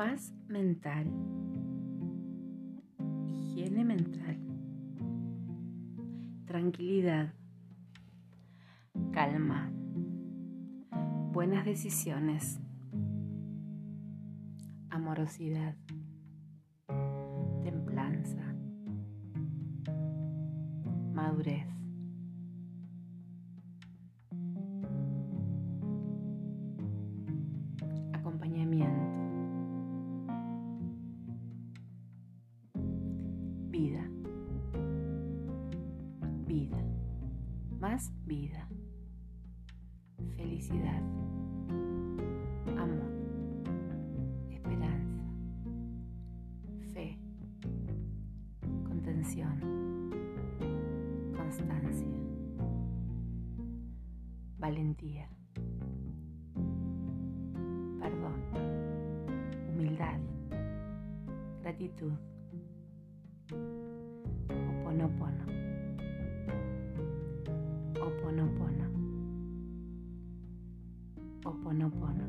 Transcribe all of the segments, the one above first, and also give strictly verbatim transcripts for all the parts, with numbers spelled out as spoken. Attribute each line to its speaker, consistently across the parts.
Speaker 1: Paz mental, higiene mental, tranquilidad, calma, buenas decisiones, amorosidad, templanza, madurez. Acompañamiento, vida, vida, más vida, felicidad, amor, esperanza, fe, contención, constancia, valentía, perdón, humildad, gratitud, Ho'oponopono, Ho'oponopono, Ho'oponopono.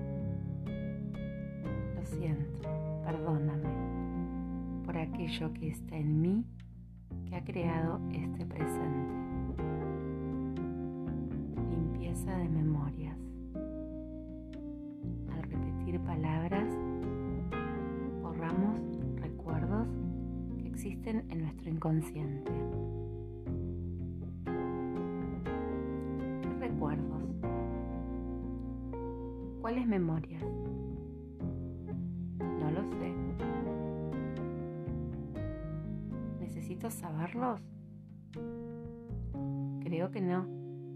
Speaker 1: Lo siento, perdóname por aquello que está en mí que ha creado este presente. Limpieza de memorias. Al repetir palabras, borramos recuerdos que existen en nuestro inconsciente. ¿Qué recuerdos? ¿Cuáles memorias? No lo sé. ¿Necesito saberlos? Creo que no.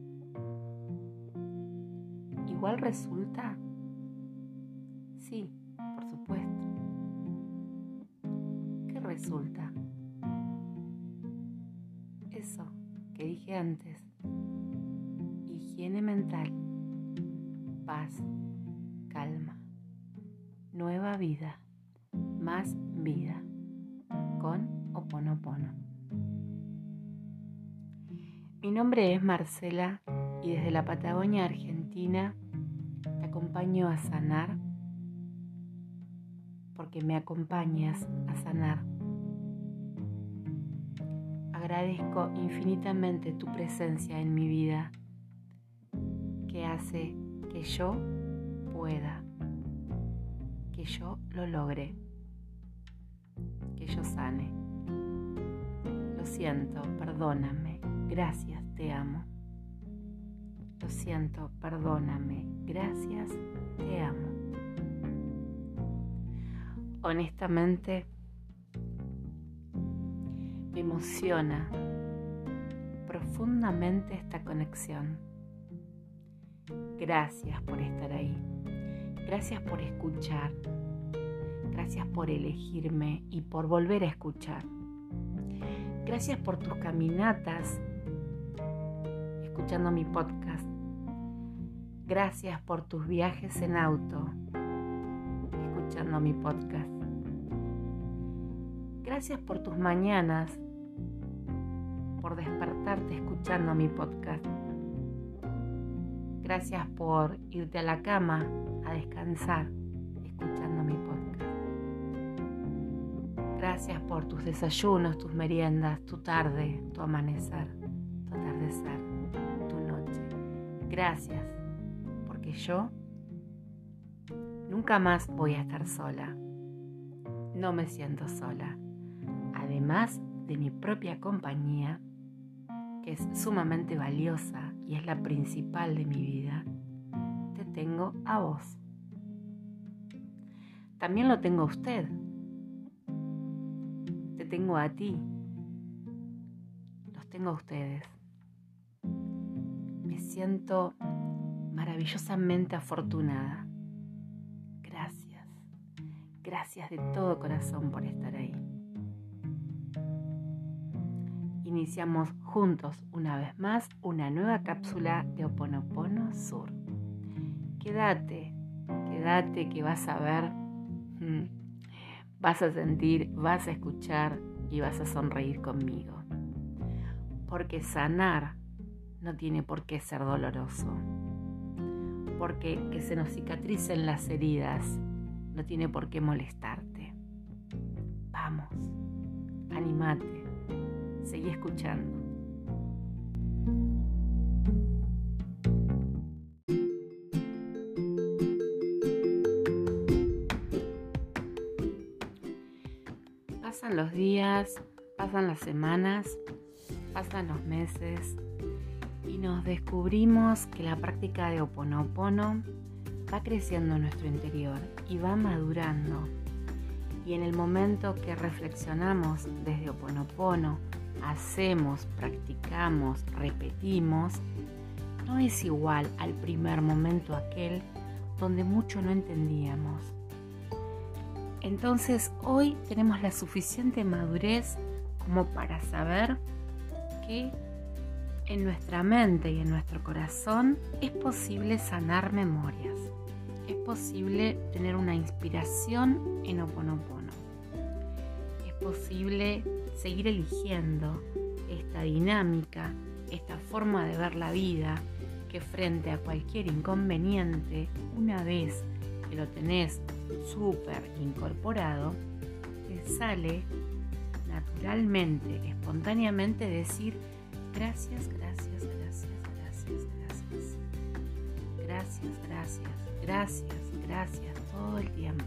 Speaker 1: Igual resulta. Sí, por supuesto. ¿Qué resulta? Eso que dije antes. Higiene mental, paz, calma, nueva vida, más vida, con Ho'oponopono. Mi nombre es Marcela y desde la Patagonia, Argentina, te acompaño a sanar porque me acompañas a sanar. Agradezco infinitamente tu presencia en mi vida, que hace que yo pueda, que yo lo logre, que yo sane. Lo siento, perdóname, gracias, te amo. Lo siento, perdóname, gracias, te amo. Honestamente, me emociona profundamente esta conexión. Gracias por estar ahí. Gracias por escuchar. Gracias por elegirme y por volver a escuchar. Gracias por tus caminatas escuchando mi podcast. Gracias por tus viajes en auto escuchando mi podcast. Gracias por tus mañanas, por despertarte escuchando mi podcast. Gracias por irte a la cama a descansar escuchando mi podcast. Gracias por tus desayunos, tus meriendas, tu tarde, tu amanecer, tu atardecer, tu noche. Gracias, porque yo nunca más voy a estar sola. No me siento sola. Además de mi propia compañía, que es sumamente valiosa y es la principal de mi vida, te tengo a vos. También lo tengo a usted. Te tengo a ti. Los tengo a ustedes. Me siento maravillosamente afortunada. Gracias. Gracias de todo corazón por estar ahí. Iniciamos juntos una vez más una nueva cápsula de Ho'oponopono Sur. Quédate, quédate que vas a ver, vas a sentir, vas a escuchar y vas a sonreír conmigo. Porque sanar no tiene por qué ser doloroso. Porque que se nos cicatricen las heridas no tiene por qué molestarte. Vamos, animate, seguí escuchando. Pasan los días, pasan las semanas, pasan los meses y nos descubrimos que la práctica de Ho'oponopono va creciendo en nuestro interior y va madurando. Y en el momento que reflexionamos desde Ho'oponopono, hacemos, practicamos, repetimos, no es igual al primer momento aquel donde mucho no entendíamos. Entonces hoy tenemos la suficiente madurez como para saber que en nuestra mente y en nuestro corazón es posible sanar memorias. Es posible tener una inspiración en Ho'oponopono. Es posible seguir eligiendo esta dinámica, esta forma de ver la vida, que frente a cualquier inconveniente, una vez que lo tenés súper incorporado, te sale naturalmente, espontáneamente decir gracias, gracias, gracias, gracias, gracias. Gracias, gracias, gracias, gracias, todo el tiempo.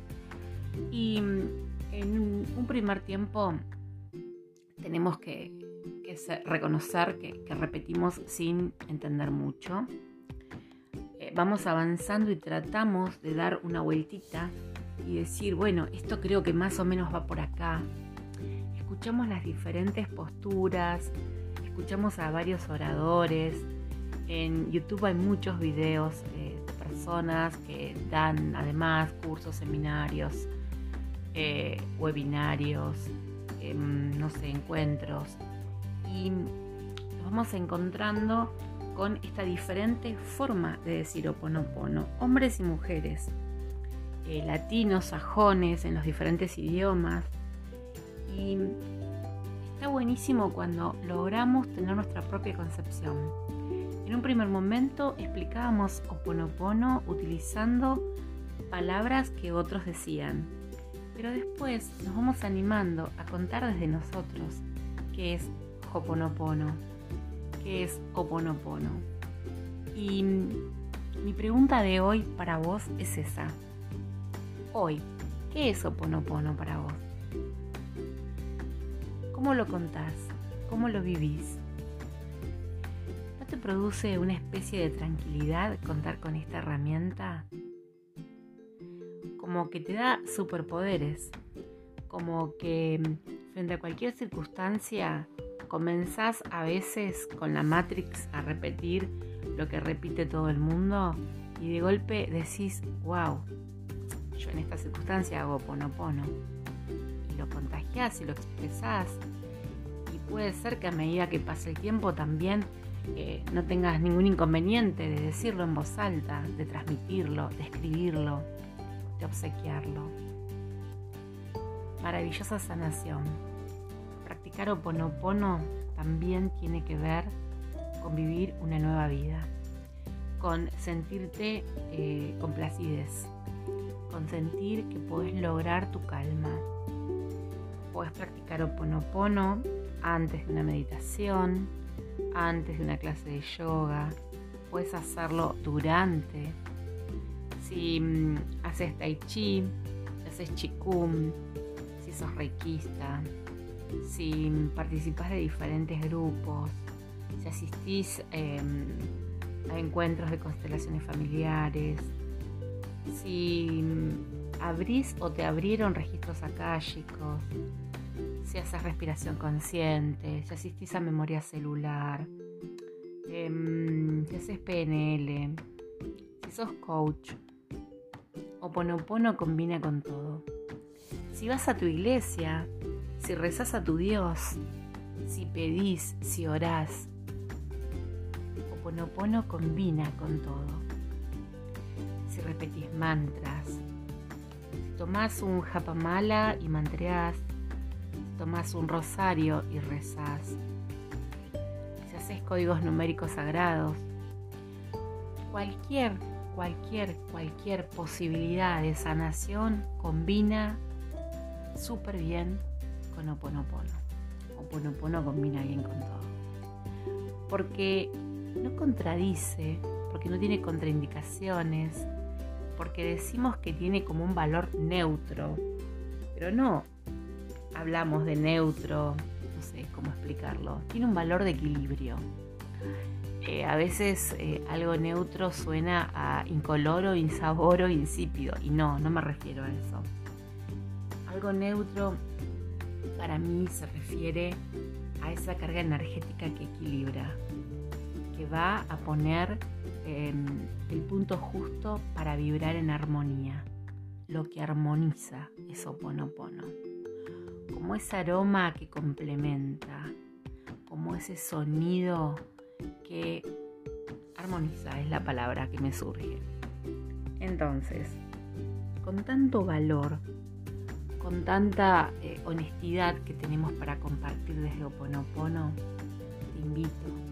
Speaker 1: Y en un primer tiempo tenemos que, que ser, reconocer que, que repetimos sin entender mucho. Eh, vamos avanzando y tratamos de dar una vueltita y decir, bueno, esto creo que más o menos va por acá. Escuchamos las diferentes posturas, escuchamos a varios oradores. En YouTube hay muchos videos eh, de personas que dan además cursos, seminarios, eh, webinarios, eh, no sé, encuentros. Y nos vamos encontrando con esta diferente forma de decir Ho'oponopono, hombres y mujeres, eh, latinos, sajones, en los diferentes idiomas. Y está buenísimo cuando logramos tener nuestra propia concepción. En un primer momento explicábamos Ho'oponopono utilizando palabras que otros decían, pero después nos vamos animando a contar desde nosotros qué es Ho'oponopono, qué es Ho'oponopono. Y mi pregunta de hoy para vos es esa. Hoy, ¿qué es Ho'oponopono para vos? ¿Cómo lo contás? ¿Cómo lo vivís? ¿No te produce una especie de tranquilidad contar con esta herramienta? Como que te da superpoderes, como que frente a cualquier circunstancia comenzás a veces con la Matrix a repetir lo que repite todo el mundo y de golpe decís, wow, yo en esta circunstancia hago Ho'oponopono. Y lo contagiás y lo expresás. Y puede ser que a medida que pase el tiempo también eh, no tengas ningún inconveniente de decirlo en voz alta, de transmitirlo, de escribirlo, de obsequiarlo. Maravillosa sanación. Practicar Ho'oponopono también tiene que ver con vivir una nueva vida, con sentirte eh, complacides, con sentir que podés lograr tu calma. Podés practicar Ho'oponopono antes de una meditación, antes de una clase de yoga, puedes hacerlo durante. Si mm, haces tai chi, si haces qigong, si sos reikista, si participas de diferentes grupos, si asistís eh, a encuentros de constelaciones familiares, si abrís o te abrieron registros akáshicos, si haces respiración consciente, si asistís a memoria celular, eh, si haces P N L, si sos coach, Ho'oponopono combina con todo. Si vas a tu iglesia, si rezás a tu Dios, si pedís, si orás, Ho'oponopono combina con todo. Si repetís mantras, si tomás un japamala y mantreás, si tomás un rosario y rezás, si haces códigos numéricos sagrados, cualquier, cualquier, cualquier posibilidad de sanación combina súper bien con Ho'oponopono. Ho'oponopono combina bien con todo. Porque no contradice, porque no tiene contraindicaciones, porque decimos que tiene como un valor neutro, pero no hablamos de neutro, no sé cómo explicarlo, tiene un valor de equilibrio. Eh, a veces eh, algo neutro suena a incoloro, insaboro, insípido, y no, no me refiero a eso. Algo neutro para mí se refiere a esa carga energética que equilibra, que va a poner eh, el punto justo para vibrar en armonía. Lo que armoniza es Ho'oponopono, como ese aroma que complementa, como ese sonido que armoniza, es la palabra que me surge. Entonces, con tanto valor, con tanta eh, honestidad que tenemos para compartir desde Ho'oponopono, te invito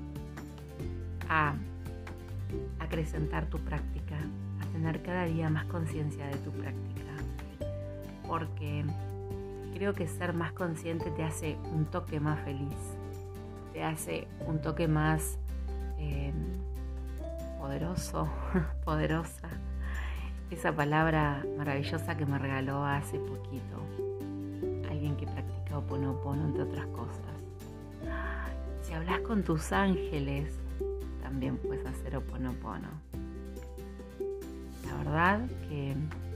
Speaker 1: a acrecentar tu práctica, a tener cada día más conciencia de tu práctica, porque creo que ser más consciente te hace un toque más feliz, te hace un toque más eh, poderoso, poderosa, esa palabra maravillosa que me regaló hace poquito alguien que practica Ho'oponopono, entre otras cosas. Si hablas con tus ángeles, también puedes hacer Ho'oponopono. La verdad que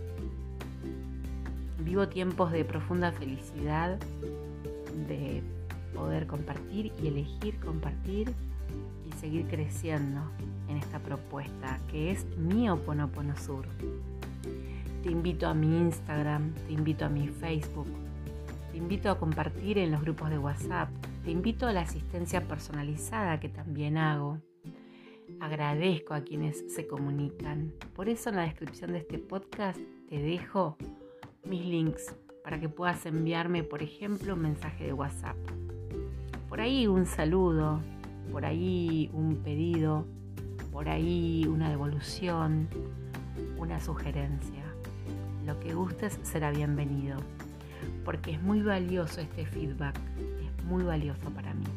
Speaker 1: vivo tiempos de profunda felicidad, de poder compartir y elegir compartir y seguir creciendo en esta propuesta que es mi Ho'oponopono Sur. Te invito a mi Instagram, te invito a mi Facebook, te invito a compartir en los grupos de WhatsApp, te invito a la asistencia personalizada que también hago. Agradezco a quienes se comunican. Por eso en la descripción de este podcast te dejo mis links para que puedas enviarme, por ejemplo, un mensaje de WhatsApp. Por ahí un saludo, por ahí un pedido, por ahí una devolución, una sugerencia. Lo que gustes será bienvenido, porque es muy valioso este feedback, es muy valioso para mí.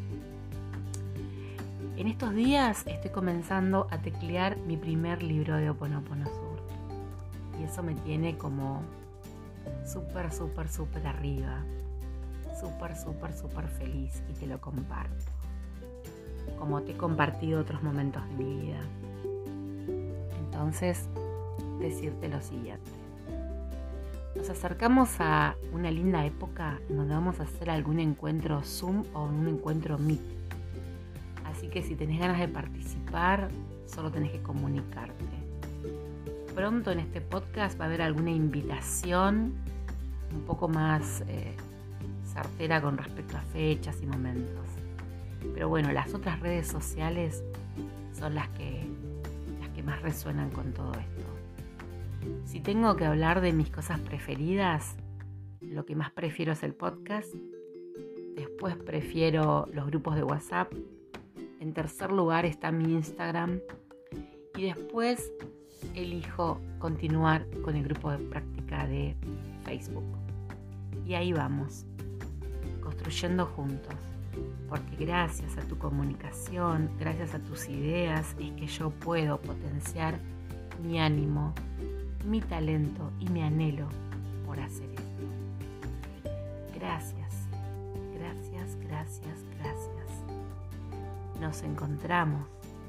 Speaker 1: En estos días estoy comenzando a teclear mi primer libro de Ho'oponopono Sur, y eso me tiene como súper, súper, súper arriba, súper, súper, súper feliz, y te lo comparto, como te he compartido otros momentos de mi vida. Entonces, decirte lo siguiente. Nos acercamos a una linda época en donde vamos a hacer algún encuentro Zoom o un encuentro Meet. Así que si tenés ganas de participar, solo tenés que comunicarte. Pronto en este podcast va a haber alguna invitación un poco más eh, certera con respecto a fechas y momentos. Pero bueno, las otras redes sociales son las que, las que más resuenan con todo esto. Si tengo que hablar de mis cosas preferidas, lo que más prefiero es el podcast. Después prefiero los grupos de WhatsApp. En tercer lugar está mi Instagram. Y después elijo continuar con el grupo de práctica de Facebook. Y ahí vamos, construyendo juntos. Porque gracias a tu comunicación, gracias a tus ideas, es que yo puedo potenciar mi ánimo, mi talento y mi anhelo por hacer esto. Gracias, gracias, gracias, gracias. Nos encontramos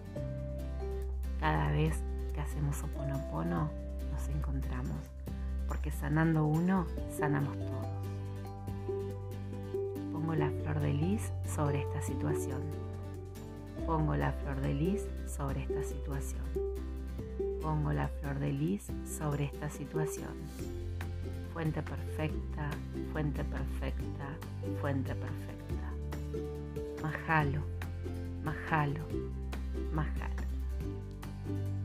Speaker 1: cada vez que hacemos Ho'oponopono, nos encontramos, porque sanando uno, sanamos todos. Pongo la flor de lis sobre esta situación. Pongo la flor de lis sobre esta situación. Pongo la flor de lis sobre esta situación. Fuente perfecta, fuente perfecta, fuente perfecta. Mahalo, mahalo, mahalo.